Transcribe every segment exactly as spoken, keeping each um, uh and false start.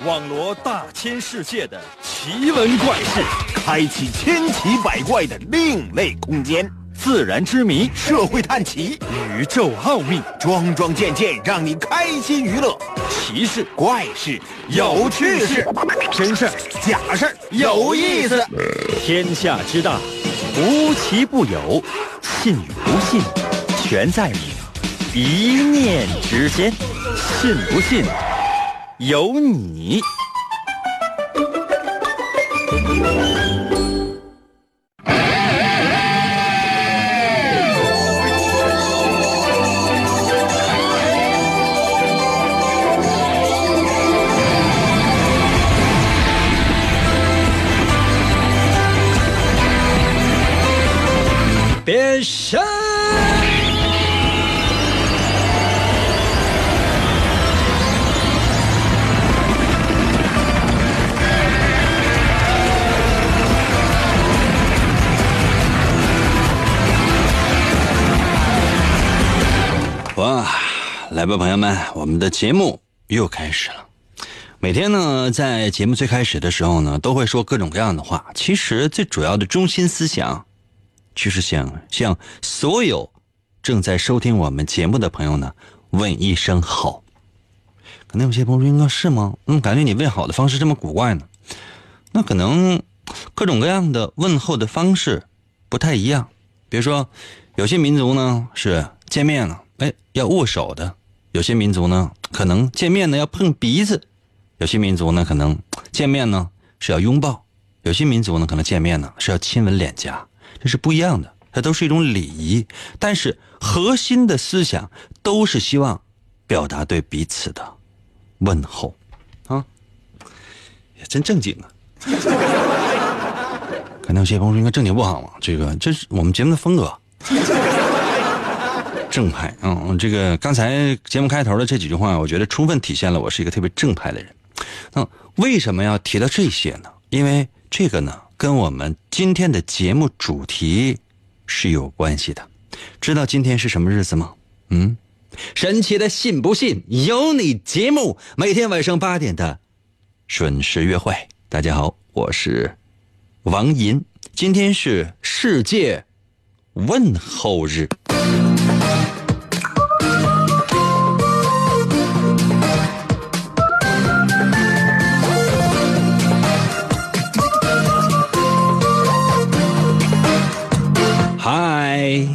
网罗大千世界的奇闻怪事， 开启千奇百怪的另类空间， 自然之谜， 社会探奇， 宇宙奥秘， 桩桩件件让你开心娱乐。 奇事怪事有趣事， 真事假事有意思。 天下之大，无奇不有，信与不信全在你一念之间。信不信由你。变身哇，来吧朋友们，我们的节目又开始了。每天呢，在节目最开始的时候呢，都会说各种各样的话，其实最主要的中心思想就是想向所有正在收听我们节目的朋友呢问一声好。可能有些朋友说应该是吗？嗯，感觉你问好的方式这么古怪呢。那可能各种各样的问候的方式不太一样。比如说有些民族呢是见面了哎要握手的，有些民族呢可能见面呢要碰鼻子，有些民族呢可能见面呢是要拥抱，有些民族呢可能见面呢是要亲吻脸颊。这是不一样的，它都是一种礼仪，但是核心的思想都是希望表达对彼此的问候啊，也真正经啊。可能有些朋友说应该正经不好嘛，这个这是我们节目的风格，正派。嗯，这个刚才节目开头的这几句话，我觉得充分体现了我是一个特别正派的人。那为什么要提到这些呢？因为这个呢跟我们今天的节目主题是有关系的。知道今天是什么日子吗？嗯，神奇的信不信由你节目，每天晚上八点的准时约会。大家好，我是王银，今天是世界问候日。嗨，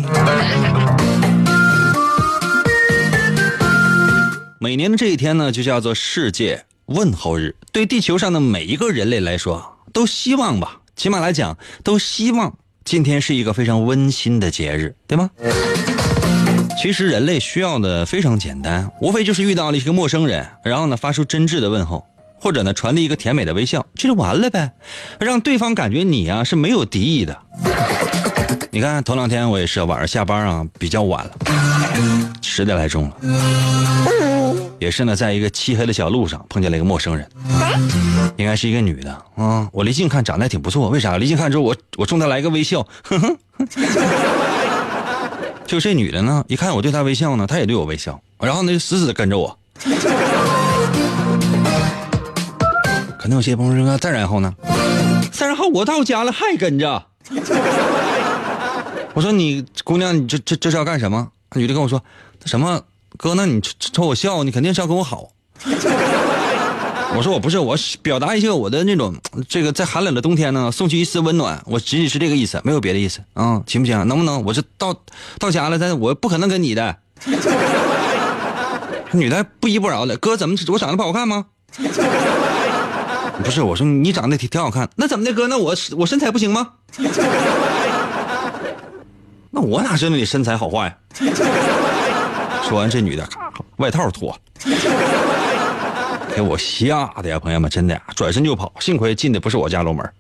每年的这一天呢，就叫做世界问候日。对地球上的每一个人类来说，都希望吧，起码来讲，都希望今天是一个非常温馨的节日，对吗？其实人类需要的非常简单，无非就是遇到了一个陌生人，然后呢发出真挚的问候，或者呢传递一个甜美的微笑，这就完了呗，让对方感觉你啊是没有敌意的。你看头两天我也是晚上下班啊比较晚了，十点来钟了，也是呢在一个漆黑的小路上碰见了一个陌生人，应该是一个女的啊。我离近看长得还挺不错，为啥？离近看之后我我冲她来个微笑，呵呵。就这女的呢，一看我对她微笑呢，她也对我微笑，然后呢就死死的跟着我。可能有些朋友说再然后呢？再然后我到家了还跟着。我说你姑娘，你这这这是要干什么？女的跟我说什么哥，那你瞅我笑，你肯定是要跟我好。我说我不是，我表达一下我的那种这个在寒冷的冬天呢送去一丝温暖，我仅仅是这个意思，没有别的意思啊、嗯，行不行？能不能？我是到到家了，但我不可能跟你的。女的不依不饶的，哥怎么我长得不好看吗？不是，我说你长得挺挺好看，那怎么的哥？那我我身材不行吗？那我哪知道你身材好坏？说完，这女的外套脱，给我吓的呀，朋友们，真的呀，转身就跑，幸亏进的不是我家楼门。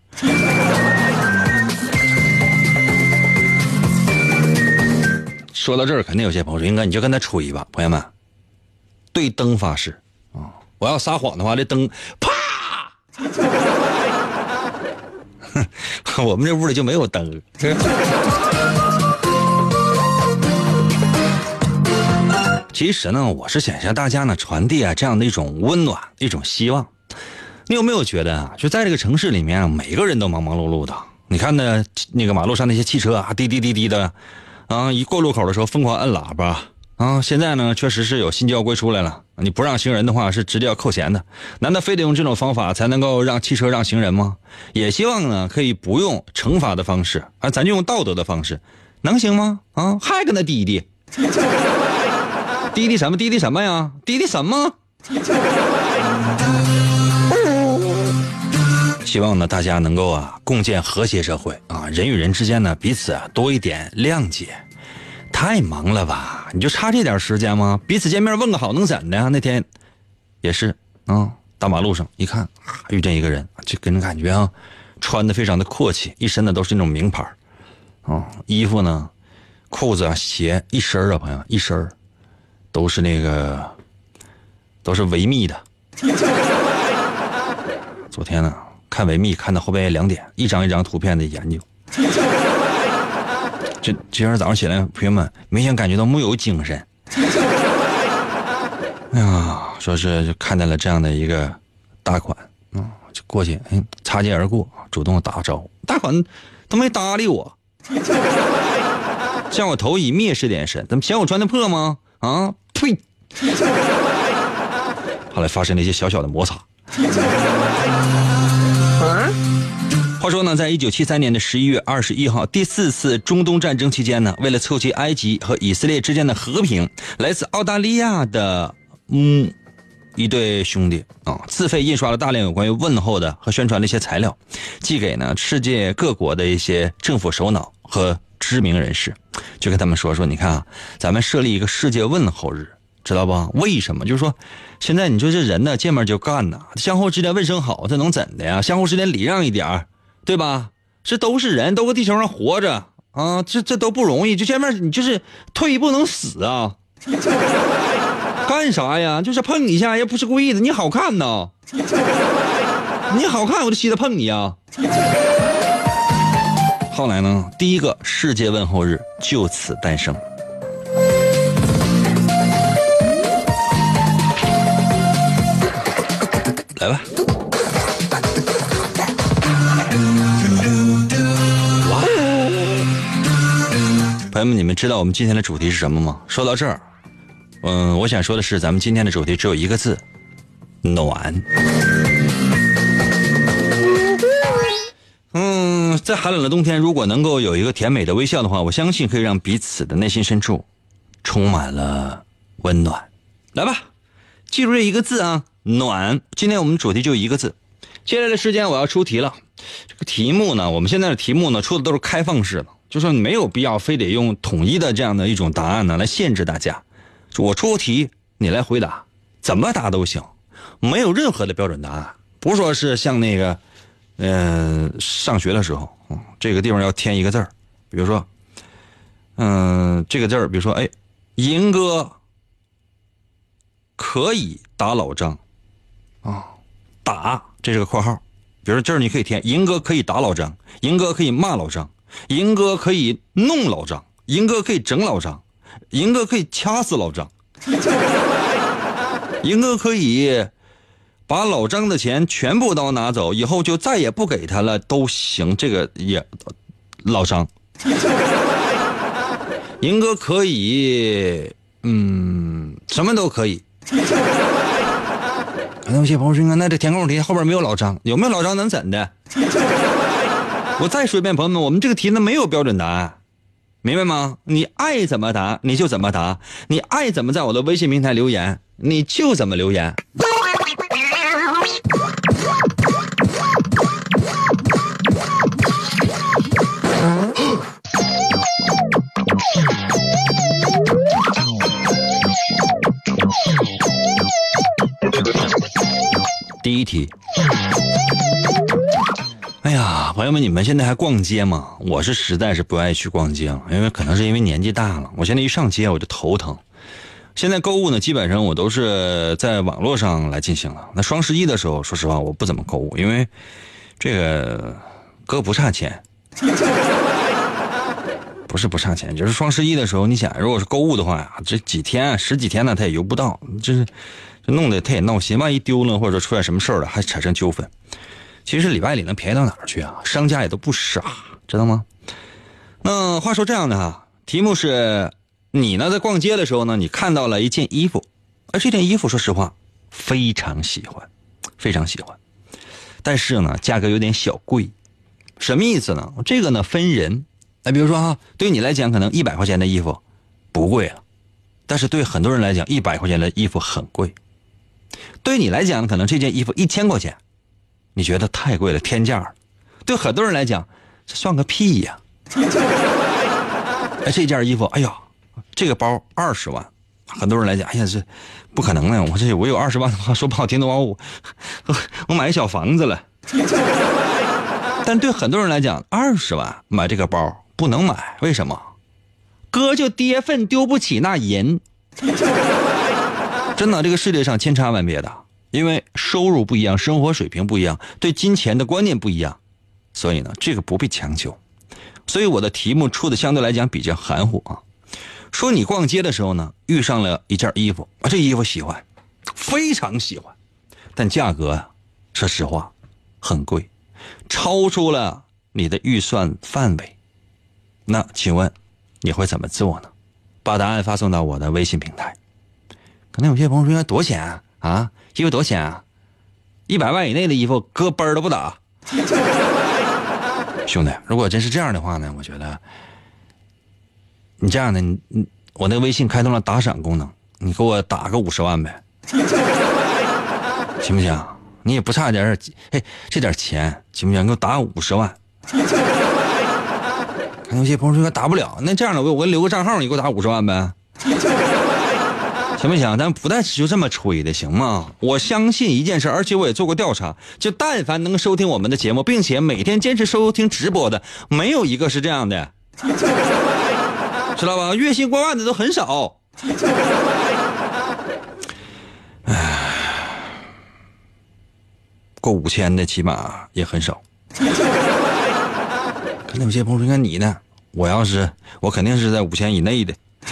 说到这儿，肯定有些朋友说，应该你就跟他吹吧，朋友们，对灯发誓啊！我要撒谎的话，这灯啪！我们这屋里就没有灯。其实呢，我是想向大家呢传递啊这样的一种温暖，一种希望。 你有没有觉得啊，就在这个城市里面，每个人都忙忙碌碌的。你看那那个马路上那些汽车啊，滴滴滴滴的，啊，一过路口的时候疯狂按喇叭啊。现在呢，确实是有新交规出来了，你不让行人的话是直接要扣钱的。难道非得用这种方法才能够让汽车让行人吗？也希望呢可以不用惩罚的方式，啊，咱就用道德的方式，能行吗？啊，还跟他滴滴，滴滴什么？滴滴什么呀？滴滴什么？希望呢大家能够啊共建和谐社会啊，人与人之间呢彼此啊多一点谅解。太忙了吧，你就差这点时间吗？彼此见面问个好能怎的？那天也是啊，大马路上一看，啊，遇见一个人，就给人感觉啊穿的非常的阔气，一身的都是那种名牌啊，衣服呢裤子啊鞋一身啊朋友一身都是那个都是维密的。昨天呢看维密看到后半夜两点，一张一张图片的研究。这今天早上起来，朋友们明显感觉到木有精神。哎呀，说是就看见了这样的一个大款，嗯，就过去，哎，擦肩而过，主动打招呼。大款都没搭理我，向我投以蔑视的眼神。怎么嫌我穿的破吗？啊，呸！后来发生了一些小小的摩擦。话说呢，在一九七三年的十一月二十一号，第四次中东战争期间呢，为了凑齐埃及和以色列之间的和平，来自澳大利亚的嗯一对兄弟啊，自费印刷了大量有关于问候的和宣传的一些材料，寄给呢世界各国的一些政府首脑和知名人士，就跟他们说说，你看啊，咱们设立一个世界问候日，知道吧？为什么？就是说，现在你说这人呢，见面就干呐，相互之间问声好，这能怎的呀？相互之间礼让一点，对吧？这都是人，都搁地球上活着啊，这这都不容易。就见面，你就是退一步能死啊！干啥呀？就是碰你一下，也不是故意的。你好看呐，你好看，我就稀得碰你啊！后来呢，第一个世界问候日就此诞生。来吧。哇！朋友们，你们知道我们今天的主题是什么吗？说到这儿，嗯，我想说的是，咱们今天的主题只有一个字：暖。嗯，在寒冷的冬天，如果能够有一个甜美的微笑的话，我相信可以让彼此的内心深处充满了温暖。来吧，记住这一个字啊，暖。今天我们主题就一个字。接下来的时间我要出题了。这个题目呢，我们现在的题目呢出的都是开放式的，就说你没有必要非得用统一的这样的一种答案呢来限制大家。我出题，你来回答，怎么答都行，没有任何的标准答案。不是说是像那个嗯、呃，上学的时候，嗯，这个地方要添一个字儿，比如说嗯、呃，这个字儿比如说哎，银哥可以打老张啊，打这是个括号，比如说这儿你可以填银哥可以打老张，银哥可以骂老张，银哥可以弄老张，银哥可以整老张，银哥可以掐死老张，银哥可以把老张的钱全部都拿走，以后就再也不给他了都行，这个也老张。银哥可以嗯什么都可以。可能有些朋友说，那这填空题后边没有老张，有没有老张能怎的？我再说一遍，朋友们，我们这个题呢没有标准答案，明白吗？你爱怎么答你就怎么答，你爱怎么在我的微信平台留言你就怎么留言。第一题，哎呀，朋友们，你们现在还逛街吗？我是实在是不爱去逛街了，因为可能是因为年纪大了，我现在一上街我就头疼。现在购物呢，基本上我都是在网络上来进行了。那双十一的时候，说实话我不怎么购物，因为这个哥不差钱。 不是不差钱，就是双十一的时候，你想，如果是购物的话呀，这几天十几天呢，他也邮不到，这是这弄得他也闹心，万一丢了或者出现什么事儿了，还产生纠纷。其实礼拜里能便宜到哪儿去啊？商家也都不傻，知道吗？那话说这样的哈，题目是你呢在逛街的时候呢，你看到了一件衣服，而这件衣服说实话非常喜欢，非常喜欢，但是呢价格有点小贵。什么意思呢？这个呢分人。哎，比如说哈，对于你来讲，可能一百块钱的衣服不贵了，但是对很多人来讲，一百块钱的衣服很贵。对于你来讲，可能这件衣服一千块钱，你觉得太贵了，天价了。对很多人来讲，这算个屁呀！哎，这件衣服，哎呀，这个包二十万，很多人来讲，哎呀，这不可能的，我这我有二十万的话，说不好听的话，我我买一小房子了。但对很多人来讲，二十万买这个包不能买，为什么？哥就跌份丢不起那银。真的，这个世界上千差万别的，因为收入不一样，生活水平不一样，对金钱的观念不一样，所以呢，这个不必强求。所以我的题目出的相对来讲比较含糊啊。说你逛街的时候呢，遇上了一件衣服，啊，这衣服喜欢，非常喜欢，但价格啊，说实话很贵，超出了你的预算范围。那请问你会怎么做呢？把答案发送到我的微信平台。可能有些朋友说，多少钱啊？啊，衣服多少钱啊？一百万以内的衣服，哥奔儿都不打。兄弟，如果真是这样的话呢，我觉得你这样的，你你我那微信开通了打赏功能，你给我打个五十万呗，行不行？你也不差点，嘿，这点钱行不行？给我打五十万。看有些朋友说打不了，那这样的我我留个账号，你给我打五十万呗，行不行？咱不但是就这么吹的，行吗？我相信一件事，而且我也做过调查，就但凡能收听我们的节目，并且每天坚持收听直播的，没有一个是这样的，知道吧？月薪过万的都很少。唉，过五千的起码也很少。可能有些朋友说，看你呢，我要是我肯定是在五千以内的。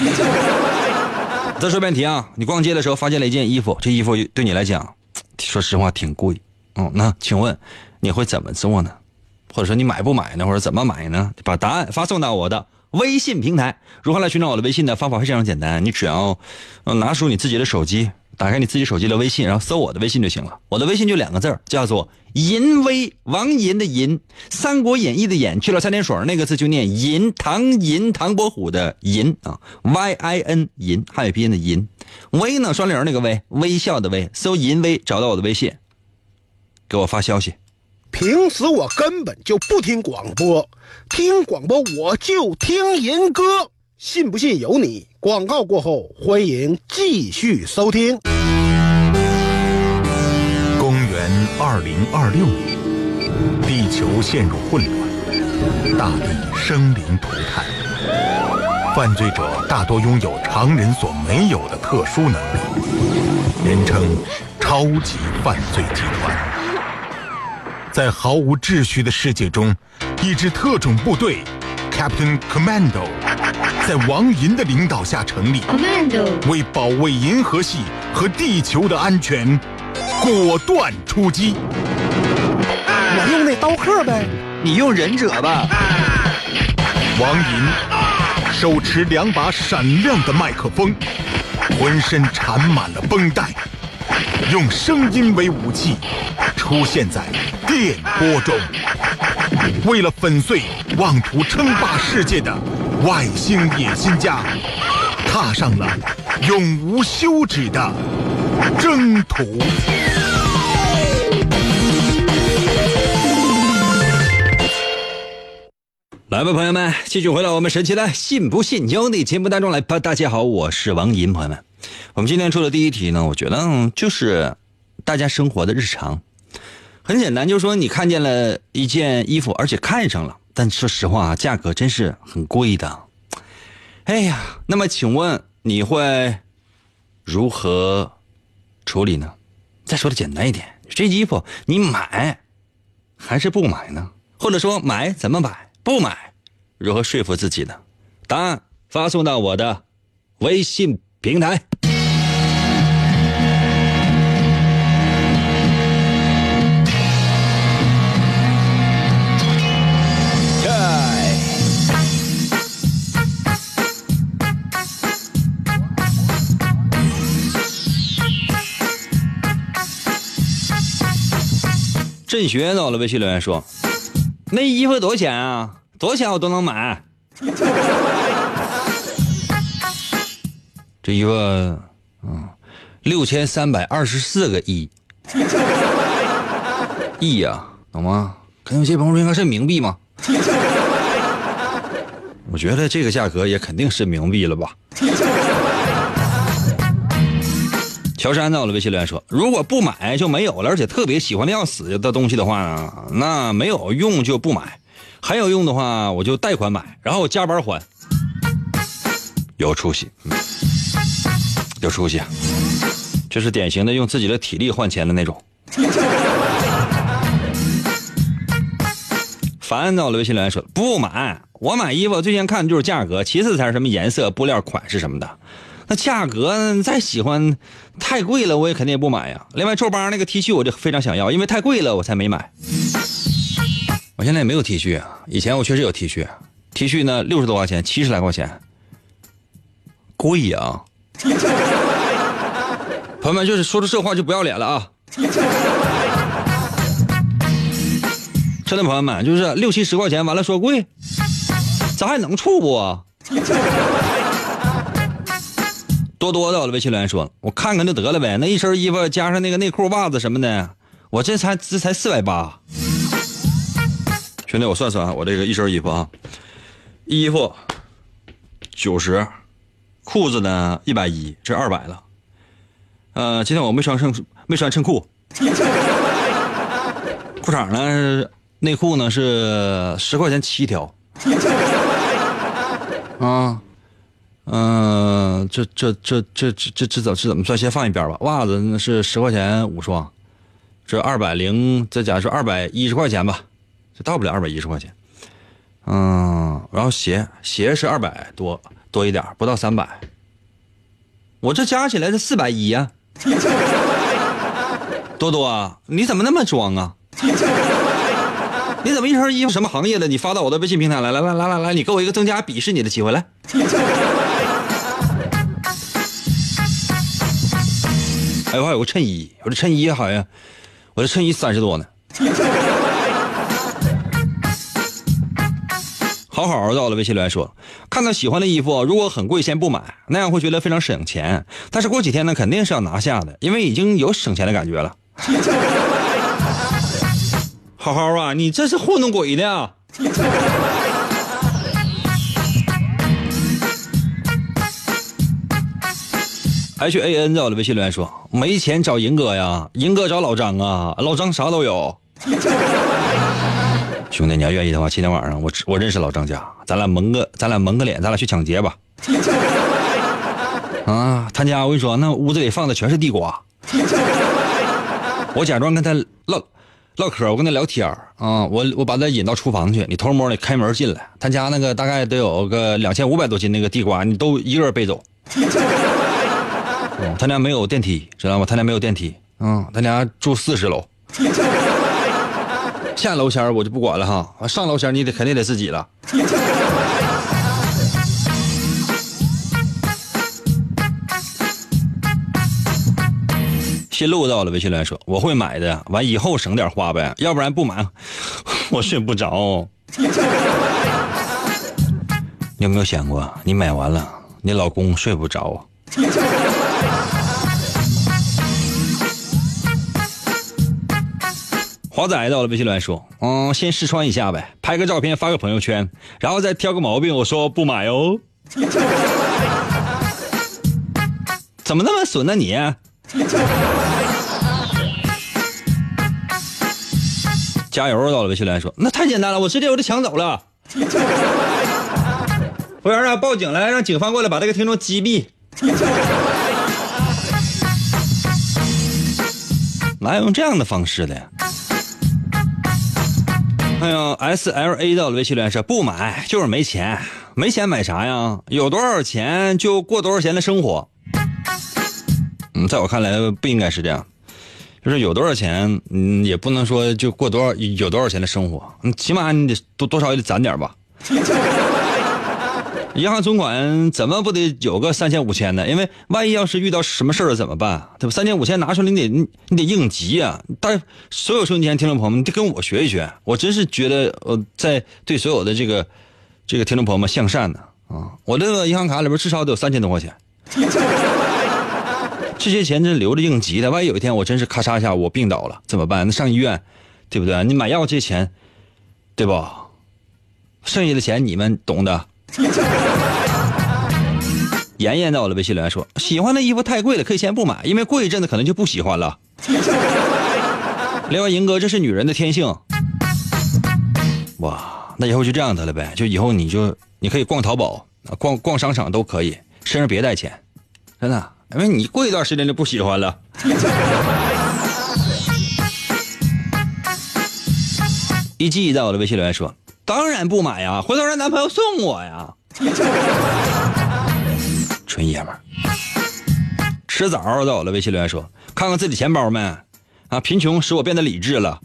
再说遍题啊，你逛街的时候发现了一件衣服，这衣服对你来讲，说实话挺贵。嗯，那请问你会怎么做呢？或者说你买不买呢？或者怎么买呢？把答案发送到我的微信平台。如何来寻找我的微信的方法非常简单，你只要拿出你自己的手机，打开你自己手机的微信，然后搜我的微信就行了。我的微信就两个字，叫做银威，王银的银，三国演义的演，去了三点水那个字就念银，唐银，唐伯虎的银啊 ，Y I N 银，汉语拼音的银。微呢双零那个微，微笑的微，搜银威找到我的微信，给我发消息。 平时我根本就不听广播，听广播我就听银歌，信不信由你。广告过后，欢迎继续收听。 公元二零二六年，地球陷入混乱，大地生灵涂炭，犯罪者大多拥有常人所没有的特殊能力，人称超级犯罪集团。在毫无秩序的世界中，一支特种部队 Captain Commando 在王银的领导下成立， Commando 为保卫银河系和地球的安全果断出击。 我用那刀客呗， 你用忍者吧。 王银手持两把闪亮的麦克风，浑身缠满了绷带，用声音为武器，出现在电波中，为了粉碎妄图称霸世界的外星野心家，踏上了永无休止的征途。 来吧，朋友们，继续回到我们神奇的信不信由你节目当中来吧。大家好，我是王银，朋友们，我们今天出的第一题呢，我觉得就是大家生活的日常，很简单，就是说你看见了一件衣服，而且看上了，但说实话，价格真是很贵的。哎呀，那么请问你会如何处理呢？再说的简单一点，这衣服你买还是不买呢？或者说买怎么买？不买，如何说服自己呢？ 答案发送到我的微信平台。振学到了微信留言说，那衣服多少钱啊？多少钱我都能买。这衣服嗯六千三百二十四个亿亿呀，懂吗？可能有些朋友说应该是冥币吗？我觉得这个价格也肯定是冥币了吧。乔山到了微信留言说，如果不买就没有了，而且特别喜欢的要死的东西的话呢，那没有用就不买，还有用的话我就贷款买，然后加班还。有出息，有出息，这是典型的用自己的体力换钱的那种。烦到了微信留言说，不买，我买衣服最先看的就是价格，其次才是什么颜色、布料、款式什么的。那价格再喜欢，太贵了我也肯定也不买呀。另外皱巴那个 T 恤我就非常想要，因为太贵了我才没买。我现在也没有 T 恤啊，以前我确实有 T 恤 T 恤呢六十多块钱，七十来块钱，贵啊。朋友们，就是说出这话就不要脸了啊。真的朋友们，就是六七十块钱完了说贵，咱还能处不啊？多多到了微信留言说，我看看就得了呗，那一身衣服加上那个内裤袜子什么的，我这才这才四百八。兄弟，我算算我这个一身衣服啊，衣服九十，裤子呢一百一，这二百了。呃，今天我没穿衬没穿衬裤，裤衩呢内裤呢是十块钱七条。啊。嗯、呃，这这这这这这这怎这怎么算？先放一边吧。袜子呢是十块钱五双，这二百零，再加上二百一十块钱吧，这到不了二百一十块钱。嗯，然后鞋鞋是二百多多一点，不到三百。我这加起来是四百一呀。多多啊，你怎么那么装啊？你怎么一身衣服什么行业的？你发到我的微信平台来，来来来来来，你给我一个增加鄙视你的机会来。哎，我还有个衬衣，我这衬衣好像，我这衬衣三十多呢。好好到了微信留言说，看到喜欢的衣服，如果很贵先不买，那样会觉得非常省钱。但是过几天呢，肯定是要拿下的，因为已经有省钱的感觉了。好好啊，你这是糊弄鬼的啊！H A N 到了微信留言说，没钱找银哥呀，银哥找老张啊，老张啥都有。兄弟，你要愿意的话，今天晚上我我认识老张家，咱俩蒙个咱俩蒙个脸，咱俩去抢劫吧。啊，他家我跟你说，那屋子里放的全是地瓜。我假装跟他唠唠嗑，我跟他聊天啊，我我把他引到厨房去，你偷摸的开门进来，他家那个大概得有个两千五百多斤那个地瓜，你都一个背走。嗯、他家没有电梯，知道吗？他家没有电梯，嗯，他家住四十楼。下楼前我就不管了哈，上楼前你得肯定得自己了。新路到了，微信留言说，我会买的，完以后省点花呗，要不然不买我睡不着。你有没有想过，你买完了你老公睡不着啊？华仔到了，微信留言说，嗯，先试穿一下呗，拍个照片发个朋友圈，然后再挑个毛病我说不买哦。怎么那么损呢你？加油到了，微信留言说，那太简单了，我直接我就抢走了。服务员啊，报警来，让警方过来把这个听众击毙。哪有用这样的方式的呀？哎呀 ，S L A 到了，微信留言说，不买就是没钱， 没钱买啥呀？有多少钱就过多少钱的生活。嗯，在我看来不应该是这样，就是有多少钱，嗯，也不能说就过多少有多少钱的生活，嗯，起码你得多多少也得攒点吧。银行存款怎么不得有个三千五千的？因为万一要是遇到什么事儿怎么办？对吧？三千五千拿出来，你得你得应急啊！但所有收音机前听众朋友们，你得跟我学一学。我真是觉得，呃，在对所有的这个这个听众朋友们向善的啊！我这个银行卡里边至少得有三千多块钱，这些钱真留着应急的。万一有一天我真是咔嚓一下我病倒了怎么办？那上医院，对不对？你买药这些钱，对吧？剩下的钱你们懂的。妍妍在我的微信留言说，喜欢的衣服太贵了可以先不买，因为过一阵子可能就不喜欢了。另外银哥，这是女人的天性。哇，那以后就这样的了呗，就以后你就你可以逛淘宝逛逛商场都可以，身上别带钱，真的，因为你过一段时间就不喜欢了。一季在我的微信留言说，当然不买呀，回头让男朋友送我呀。纯爷们儿。吃枣在我的微信留言说，看看自己钱包没啊，贫穷使我变得理智了。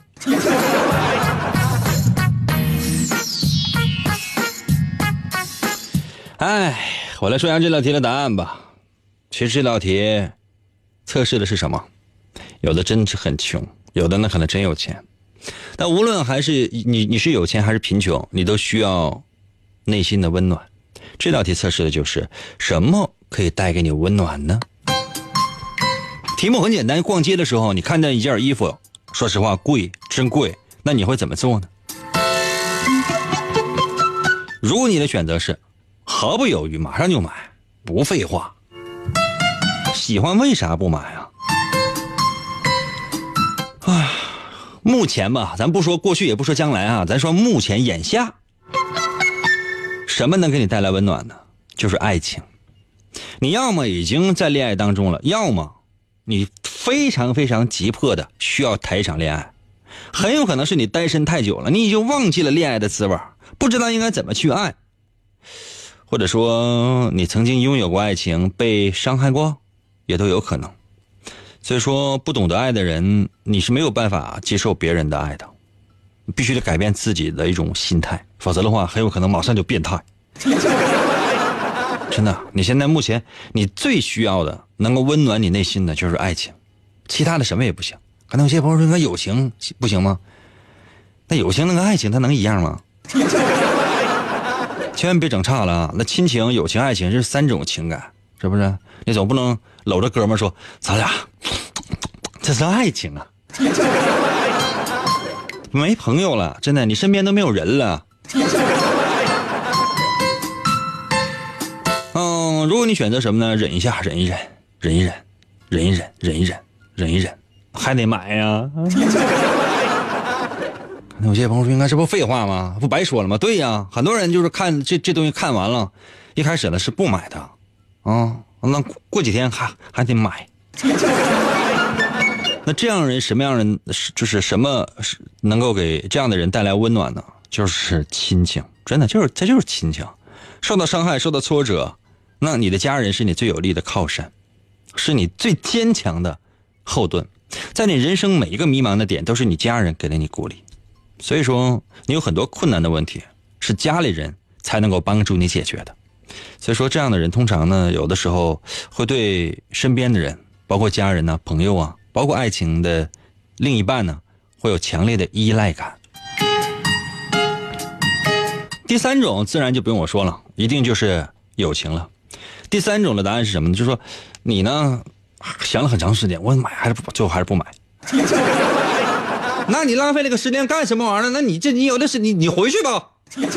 哎，我来说一下这道题的答案吧。其实这道题测试的是什么？有的真是很穷，有的呢可能真有钱。但无论还是你你是有钱还是贫穷，你都需要内心的温暖。这道题测试的就是什么可以带给你温暖呢？题目很简单，逛街的时候你看见一件衣服，说实话贵，真贵，那你会怎么做呢？如果你的选择是毫不犹豫马上就买，不废话，喜欢为啥不买啊？唉，目前吧，咱不说过去也不说将来啊，咱说目前眼下，什么能给你带来温暖呢？就是爱情。你要么已经在恋爱当中了，要么你非常非常急迫的需要谈一场恋爱，很有可能是你单身太久了，你已经忘记了恋爱的滋味，不知道应该怎么去爱，或者说你曾经拥有过爱情被伤害过，也都有可能。所以说不懂得爱的人，你是没有办法接受别人的爱的，必须得改变自己的一种心态，否则的话很有可能马上就变态。真的，你现在目前你最需要的能够温暖你内心的就是爱情，其他的什么也不行。可能有些朋友说那友情不行吗？那友情那个爱情它能一样吗？千万别整差了啊！那亲情、友情、爱情是三种情感，是不是？你总不能搂着哥们说咱俩这是爱情啊，没朋友了，真的，你身边都没有人了。嗯，如果你选择什么呢？忍一下，忍一忍，忍一忍，忍一忍，忍一忍，忍一忍，还得买呀。那有些朋友说，应该这不废话吗？不白说了吗？对呀，很多人就是看这这东西看完了，一开始呢是不买的，啊，那过几天还还得买。那这样人什么样人就是什么能够给这样的人带来温暖呢？就是亲情，真的就是这就是亲情。受到伤害，受到挫折，那你的家人是你最有力的靠山，是你最坚强的后盾。在你人生每一个迷茫的点，都是你家人给了你鼓励。所以说，你有很多困难的问题，是家里人才能够帮助你解决的。所以说，这样的人通常呢，有的时候会对身边的人，包括家人呢、朋友啊，包括爱情的另一半呢，会有强烈的依赖感。第三种自然就不用我说了，一定就是友情了。第三种的答案是什么呢？就是说你呢想了很长时间，我买还是不最后还是不买。那你浪费了个时间干什么玩意儿？那你这你有的是你你回去吧。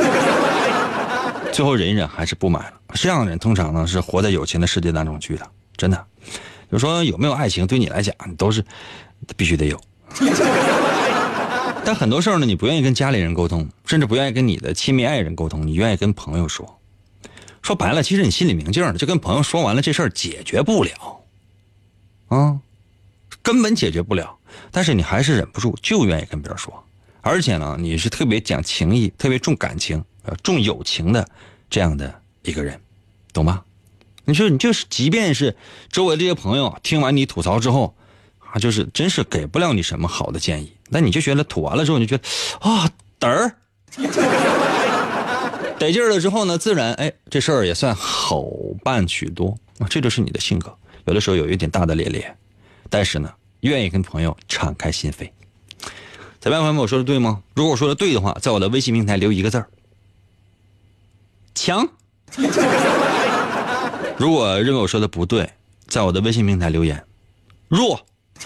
最后忍一忍还是不买了。这样的人通常呢是活在友情的世界当中去的，真的。就是说有没有爱情对你来讲都是必须得有。但很多事儿呢，你不愿意跟家里人沟通，甚至不愿意跟你的亲密爱人沟通，你愿意跟朋友说。说白了，其实你心里明镜的，就跟朋友说完了，这事儿解决不了，啊，根本解决不了。但是你还是忍不住，就愿意跟别人说。而且呢，你是特别讲情义，特别重感情、呃重友情的这样的一个人，懂吧？你说你就是，即便是周围这些朋友听完你吐槽之后啊，就是真是给不了你什么好的建议，但你就觉得吐完了之后你就觉得啊嘚儿得劲儿了之后呢，自然哎这事儿也算好办许多啊，这就是你的性格。有的时候有一点大大咧咧，但是呢愿意跟朋友敞开心扉。怎么样，朋友们，我说的对吗？如果我说的对的话，在我的微信平台留一个字儿强。如果认为我说的不对，在我的微信平台留言弱，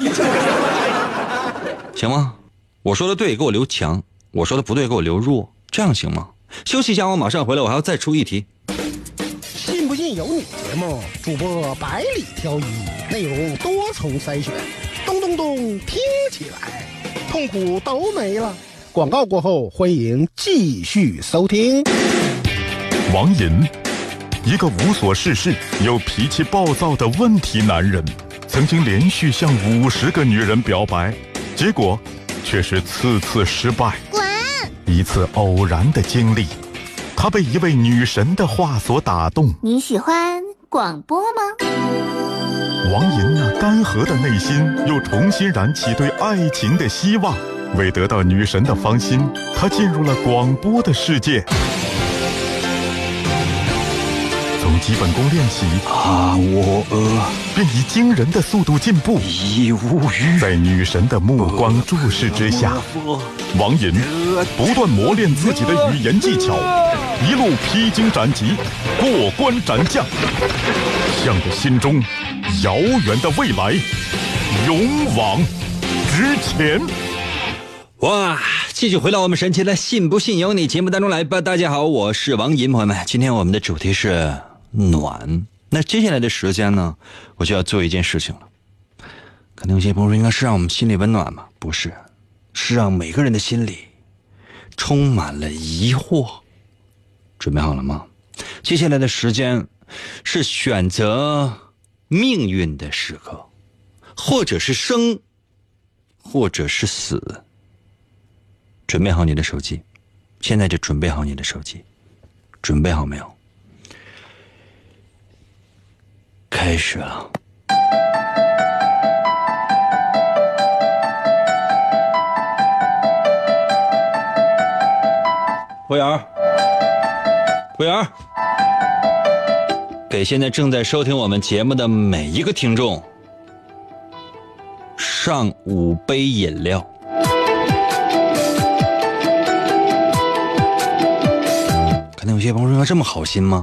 行吗？我说的对给我留强，我说的不对给我留弱，这样行吗？休息一下，我马上回来，我还要再出一题。 信不信由你节目，主播百里挑一，内容多重筛选，咚咚咚，听起来痛苦都没了。广告过后，欢迎继续收听。 王寅，一个无所事事又脾气暴躁的问题男人，曾经连续向五十个女人表白，结果却是次次失败。 滚！ 一次偶然的经历，他被一位女神的话所打动。 你喜欢广播吗？ 王寅那干涸的内心又重新燃起对爱情的希望。为得到女神的芳心，他进入了广播的世界。从基本功练习啊，我呃， 便以惊人的速度进步。 已无语。 在女神的目光注视之下，王寅不断磨练自己的语言技巧，一路披荆斩棘，过关斩将，向着心中遥远的未来勇往直前。 哇，继续回到我们神奇的信不信由你节目当中来吧。大家好，我是王寅，朋友们，今天我们的主题是暖。那接下来的时间呢，我就要做一件事情了。可能有些朋友说，应该是让我们心里温暖吗？不是，是让每个人的心里充满了疑惑。准备好了吗？接下来的时间是选择命运的时刻，或者是生，或者是死。准备好你的手机，现在就准备好你的手机，准备好没有？开始了。服务员，服务员，给现在正在收听我们节目的每一个听众上五杯饮料。可能有些朋友说，这么好心吗？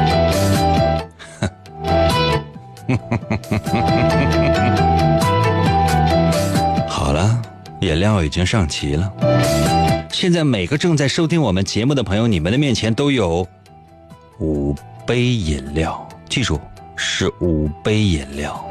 好了，饮料已经上齐了。现在每个正在收听我们节目的朋友，你们的面前都有五杯饮料，记住是五杯饮料。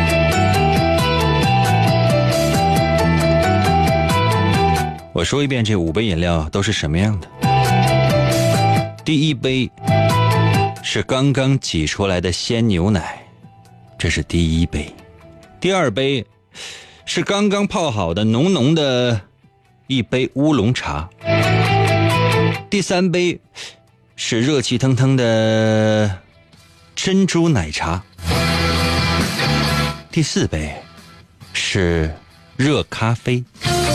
我说一遍，这五杯饮料都是什么样的？第一杯是刚刚挤出来的鲜牛奶，这是第一杯。第二杯是刚刚泡好的浓浓的一杯乌龙茶。第三杯是热气腾腾的珍珠奶茶。第四杯是热咖啡。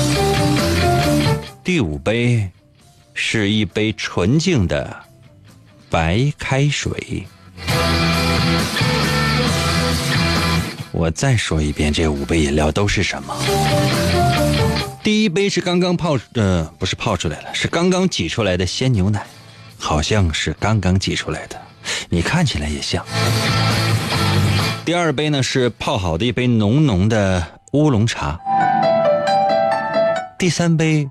第五杯是一杯纯净的白开水。我再说一遍，这五杯饮料都是什么？第一杯是刚刚泡呃不是泡出来了，是刚刚挤出来的鲜牛奶，好像是刚刚挤出来的，你看起来也像。第二杯呢是泡好的一杯浓浓的乌龙茶。第三杯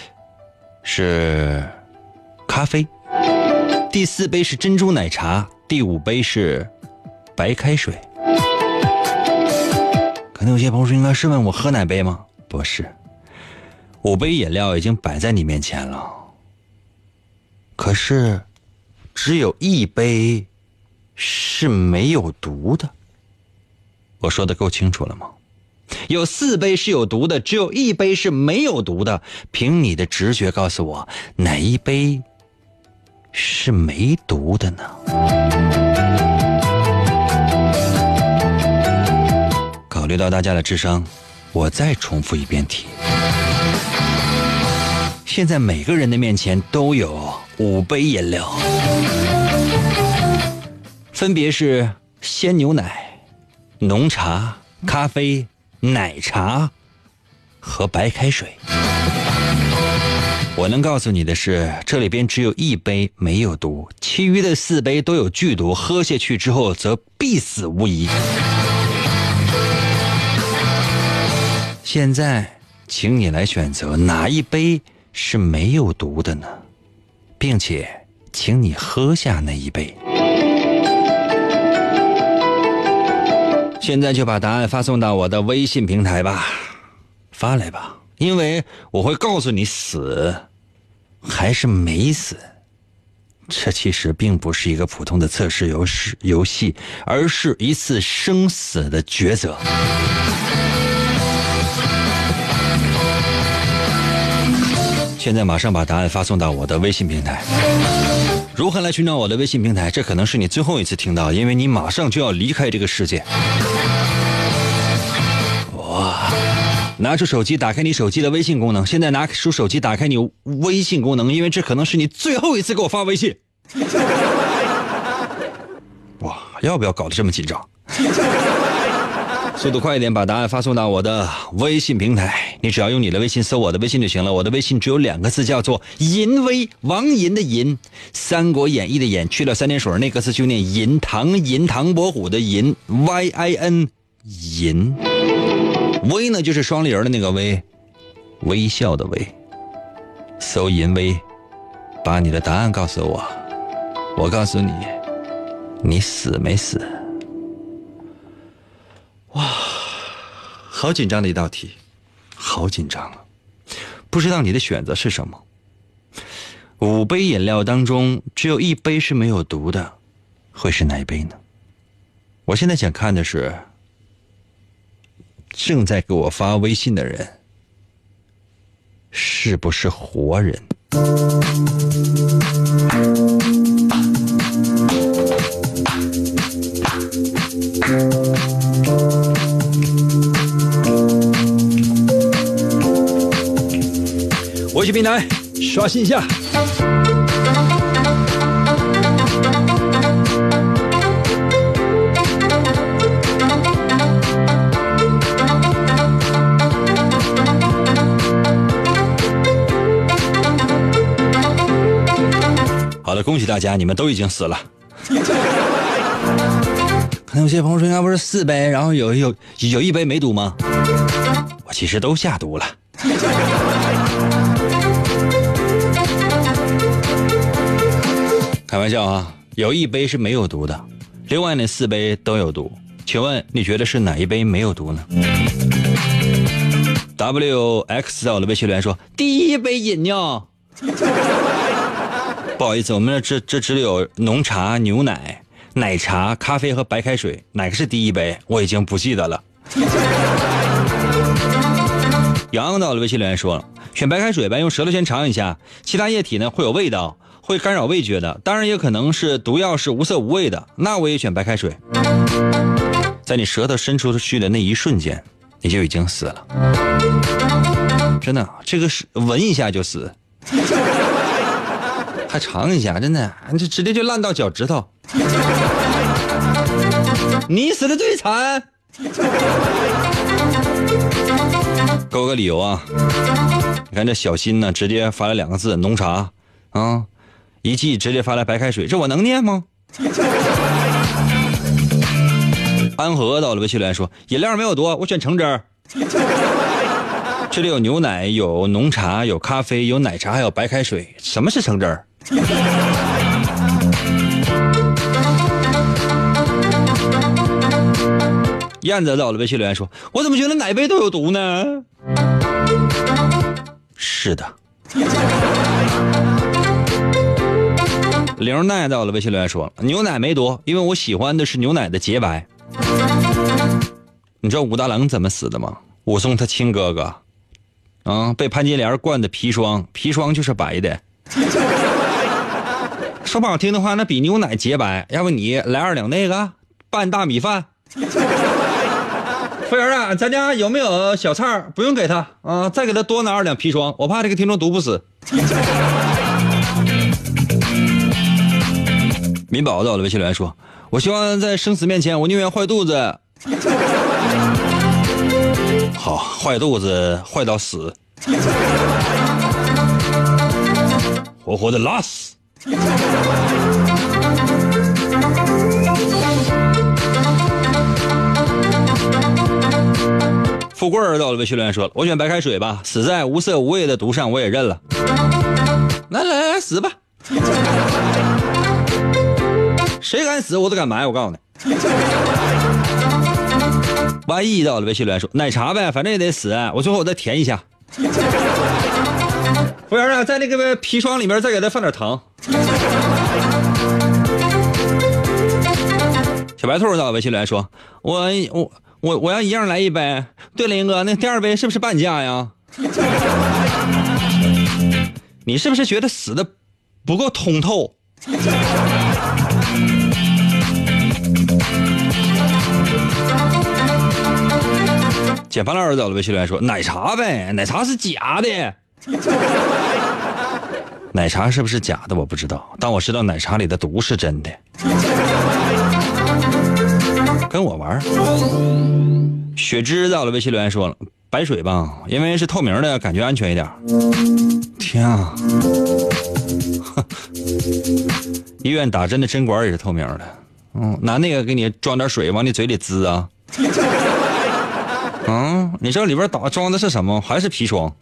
是咖啡。第四杯是珍珠奶茶。第五杯是白开水。可能有些朋友说，应该是问我喝哪杯吗？不是，五杯饮料已经摆在你面前了，可是只有一杯是没有毒的。我说的够清楚了吗？有四杯是有毒的，只有一杯是没有毒的。凭你的直觉告诉我，哪一杯是没毒的呢？考虑到大家的智商，我再重复一遍题。现在每个人的面前都有五杯饮料，分别是鲜牛奶、浓茶、咖啡、奶茶和白开水。我能告诉你的是，这里边只有一杯没有毒，其余的四杯都有剧毒，喝下去之后则必死无疑。现在请你来选择哪一杯是没有毒的呢？并且请你喝下那一杯。现在就把答案发送到我的微信平台吧，发来吧，因为我会告诉你死还是没死。这其实并不是一个普通的测试游戏游戏，而是一次生死的抉择。现在马上把答案发送到我的微信平台。如何来寻找我的微信平台？这可能是你最后一次听到，因为你马上就要离开这个世界。哇！拿出手机，打开你手机的微信功能。现在拿出手机，打开你微信功能，因为这可能是你最后一次给我发微信。哇！要不要搞得这么紧张？速度快一点，把答案发送到我的微信平台。你只要用你的微信搜我的微信就行了。我的微信只有两个字，叫做淫威，王淫的淫，三国演义的演，去了三点水那个字就念淫，唐淫，唐伯虎的淫 Y I N 淫。微呢就是双立人的那个微，微笑的微。搜淫威，把你的答案告诉我，我告诉你，你死没死？哇，好紧张的一道题，好紧张啊！不知道你的选择是什么？五杯饮料当中只有一杯是没有毒的，会是哪一杯呢？我现在想看的是正在给我发微信的人是不是活人？微信平台刷新一下。好的，恭喜大家，你们都已经死了。可能有些朋友说应该不是四杯，然后有有有一杯没毒吗？我其实都下毒了。开玩笑啊，有一杯是没有毒的，另外那四杯都有毒。请问你觉得是哪一杯没有毒呢？ W X 在我的微信留言说第一杯饮料。不好意思，我们这这只有浓茶、牛奶、奶茶、咖啡和白开水，哪个是第一杯我已经不记得了。洋洋到我的微信留言说了，选白开水呗，用舌头先尝一下，其他液体呢会有味道，会干扰味觉的，当然也可能是毒药，是无色无味的，那我也选白开水。在你舌头伸出去的那一瞬间，你就已经死了，真的，这个是闻一下就死，还尝一下，真的，这直接就烂到脚趾头，你死的最惨。给我个理由啊！你看这小新呢，直接发了两个字浓茶啊，一季直接发来白开水，这我能念吗？安和到了微信留言说饮料没有毒，我选橙汁儿。这里有牛奶，有浓茶，有咖啡，有奶茶，还有白开水，什么是橙汁儿？燕子到了微信留言说我怎么觉得哪杯都有毒呢？是的。玲奈到了微信留言说牛奶没毒，因为我喜欢的是牛奶的洁白。你知道武大郎怎么死的吗？武松他亲哥哥啊，被潘金莲灌的砒霜，砒霜就是白的。 说不好听的话，那比牛奶洁白。要不你来二两那个拌大米饭。服务员啊，咱家有没有小菜？不用给他啊、呃，再给他多拿二两砒霜，我怕这个听众毒不死。民宝到了，微信留言说：“我希望在生死面前，我宁愿坏肚子。”好，坏肚子坏到死，活活的拉死。富贵儿到了，微信留言说了：“我选白开水吧，死在无色无味的毒上，我也认了。”来来来，死吧！谁敢死，我都敢埋。我告诉你。万一到了，微信留言说：“奶茶呗，反正也得死。”我最后我再填一下。服务员啊，在那个砒霜里面再给他放点糖。小白兔到了，微信留言说：“我我。”我我要一样来一杯。对了，英哥，那第二杯是不是半价呀？你是不是觉得死的不够通透？捡饭儿走了，微信留言说：“奶茶呗，奶茶是假的。”奶茶是不是假的我不知道，但我知道奶茶里的毒是真的。跟我玩。雪芝到了，微信留言说了：“白水吧，因为是透明的，感觉安全一点。”天啊！医院打针的针管也是透明的，嗯，拿那个给你装点水往你嘴里滋啊。嗯，你知道里边打装的是什么？还是砒霜？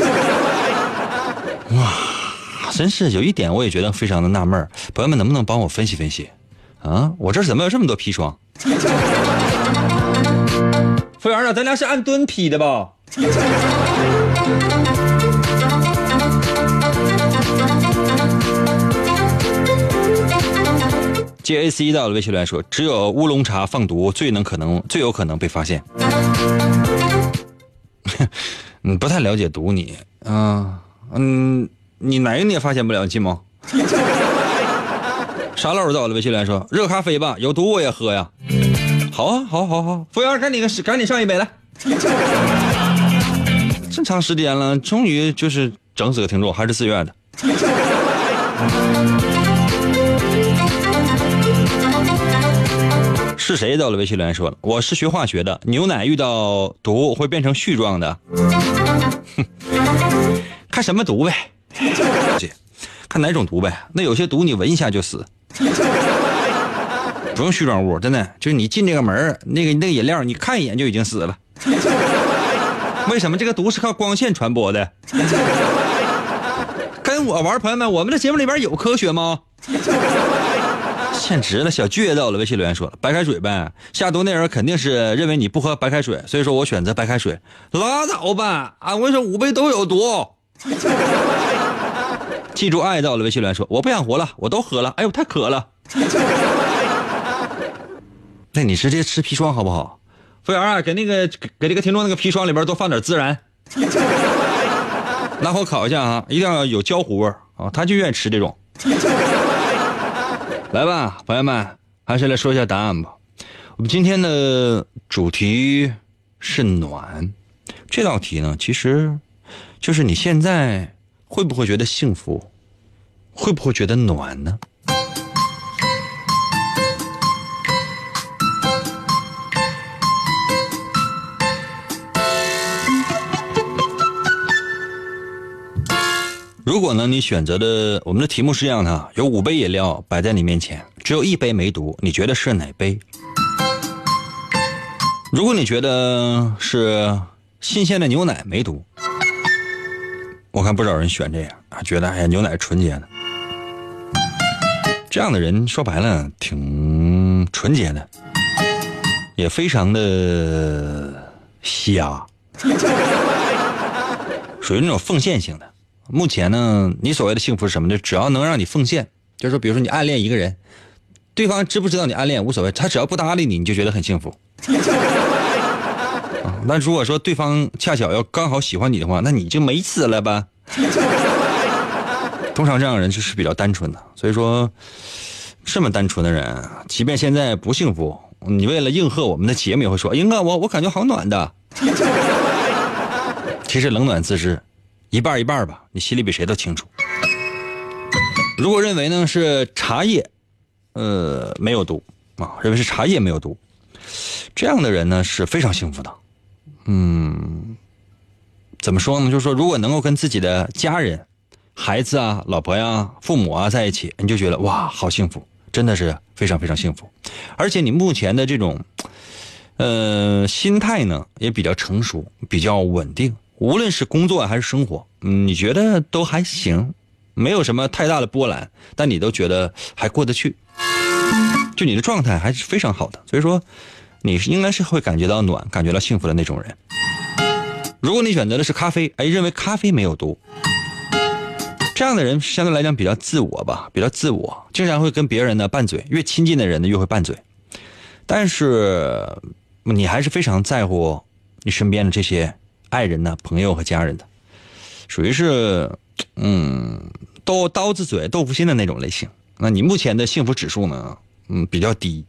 哇，真是有一点我也觉得非常的纳闷，朋友们能不能帮我分析分析？啊，我这怎么有这么多砒霜？服务员啊，咱俩是按吨批的吧？J A C 到了，微信留言说：“只有乌龙茶放毒最能可能最有可能被发现。”你不太了解毒你啊，嗯，你哪个你也发现不了，金毛。沙漏到了，微信留言说：“热咖啡吧，有毒我也喝呀。”好啊，好好好，服务员赶紧赶紧上一杯来。这么长时间了，终于就是整死个听众，还是自愿的。是谁到了，微信留言说了：“我是学化学的，牛奶遇到毒会变成絮状的。”看什么毒呗，看哪种毒呗。那有些毒你闻一下就死。不用絮状物，真的，就是你进这个门，那个那个饮料，你看一眼就已经死了。为什么？这个毒是靠光线传播的。跟我玩，朋友们，我们的节目里边有科学吗？简直了！小倔到了，微信留言说了：“白开水呗，下毒那人肯定是认为你不喝白开水，所以说我选择白开水。”拉倒吧，啊，我跟你说五杯都有毒。记住爱到了，微信留言说：“我不想活了，我都喝了。”哎呦，太渴了。那你直接吃砒霜好不好？服务员啊，给那个给这个听众那个砒霜里边多放点孜然，拿火烤一下啊，一定要有焦糊味啊，他就愿意吃这种。来吧，朋友们，还是来说一下答案吧。我们今天的主题是暖，这道题呢，其实就是你现在会不会觉得幸福，会不会觉得暖呢？如果呢，你选择的我们的题目是这样的，有五杯饮料摆在你面前，只有一杯没毒，你觉得是哪杯？如果你觉得是新鲜的牛奶没毒，我看不少人选这样啊，觉得哎呀牛奶纯洁的。这样的人说白了挺纯洁的，也非常的瞎，属于那种奉献型的。目前呢，你所谓的幸福是什么呢？只要能让你奉献，就是说比如说你暗恋一个人，对方知不知道你暗恋无所谓，他只要不搭理你，你就觉得很幸福。啊，那如果说对方恰巧要刚好喜欢你的话，那你就没死了吧。 通常这样的人就是比较单纯的，所以说这么单纯的人，即便现在不幸福，你为了应和我们的节目也会说，英哥我我感觉好暖的。其实冷暖自知，一半一半吧，你心里比谁都清楚。如果认为呢是茶叶呃没有毒啊，认为是茶叶没有毒，这样的人呢是非常幸福的。嗯，怎么说呢，就是说如果能够跟自己的家人孩子啊老婆呀父母啊在一起，你就觉得哇好幸福，真的是非常非常幸福。而且你目前的这种呃心态呢也比较成熟，比较稳定，无论是工作还是生活，嗯，你觉得都还行，没有什么太大的波澜，但你都觉得还过得去，就你的状态还是非常好的。所以说你应该是会感觉到暖，感觉到幸福的那种人。如果你选择的是咖啡，哎，认为咖啡没有毒，这样的人相对来讲比较自我吧，比较自我，经常会跟别人呢拌嘴，越亲近的人呢越会拌嘴。但是你还是非常在乎你身边的这些爱人呢、朋友和家人的，属于是嗯刀刀子嘴豆腐心的那种类型。那你目前的幸福指数呢，嗯比较低，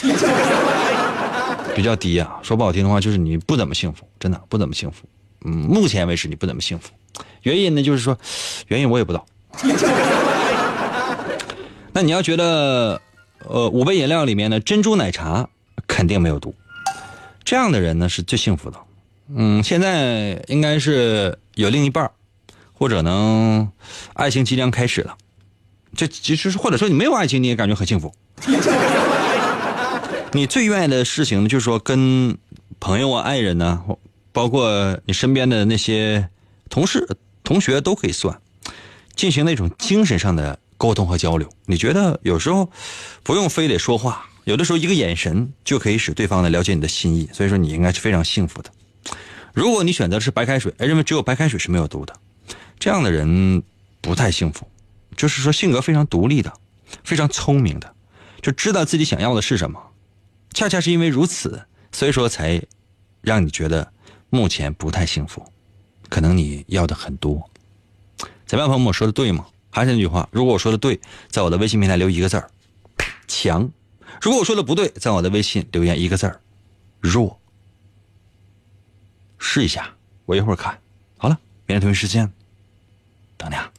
比较低啊。说不好听的话，就是你不怎么幸福，真的不怎么幸福。嗯，目前为止你不怎么幸福。原因呢，就是说，原因我也不知道。那你要觉得，呃，五杯饮料里面呢，珍珠奶茶肯定没有毒，这样的人呢是最幸福的。嗯，现在应该是有另一半，或者呢，爱情即将开始了。这其实或者说你没有爱情，你也感觉很幸福。你最愿意的事情呢，就是说跟朋友啊、爱人呢，包括你身边的那些同事、同学都可以算，进行那种精神上的沟通和交流。你觉得有时候不用非得说话，有的时候一个眼神就可以使对方呢了解你的心意，所以说你应该是非常幸福的。如果你选择的是白开水，哎，认为只有白开水是没有毒的，这样的人不太幸福。就是说性格非常独立的，非常聪明的，就知道自己想要的是什么。恰恰是因为如此，所以说才让你觉得目前不太幸福，可能你要的很多。怎么样，朋友们，我说的对吗？还是那句话，如果我说的对，在我的微信平台留一个字儿强；如果我说的不对，在我的微信留言一个字儿弱。试一下，我一会儿看好了。明天同一时间等你啊。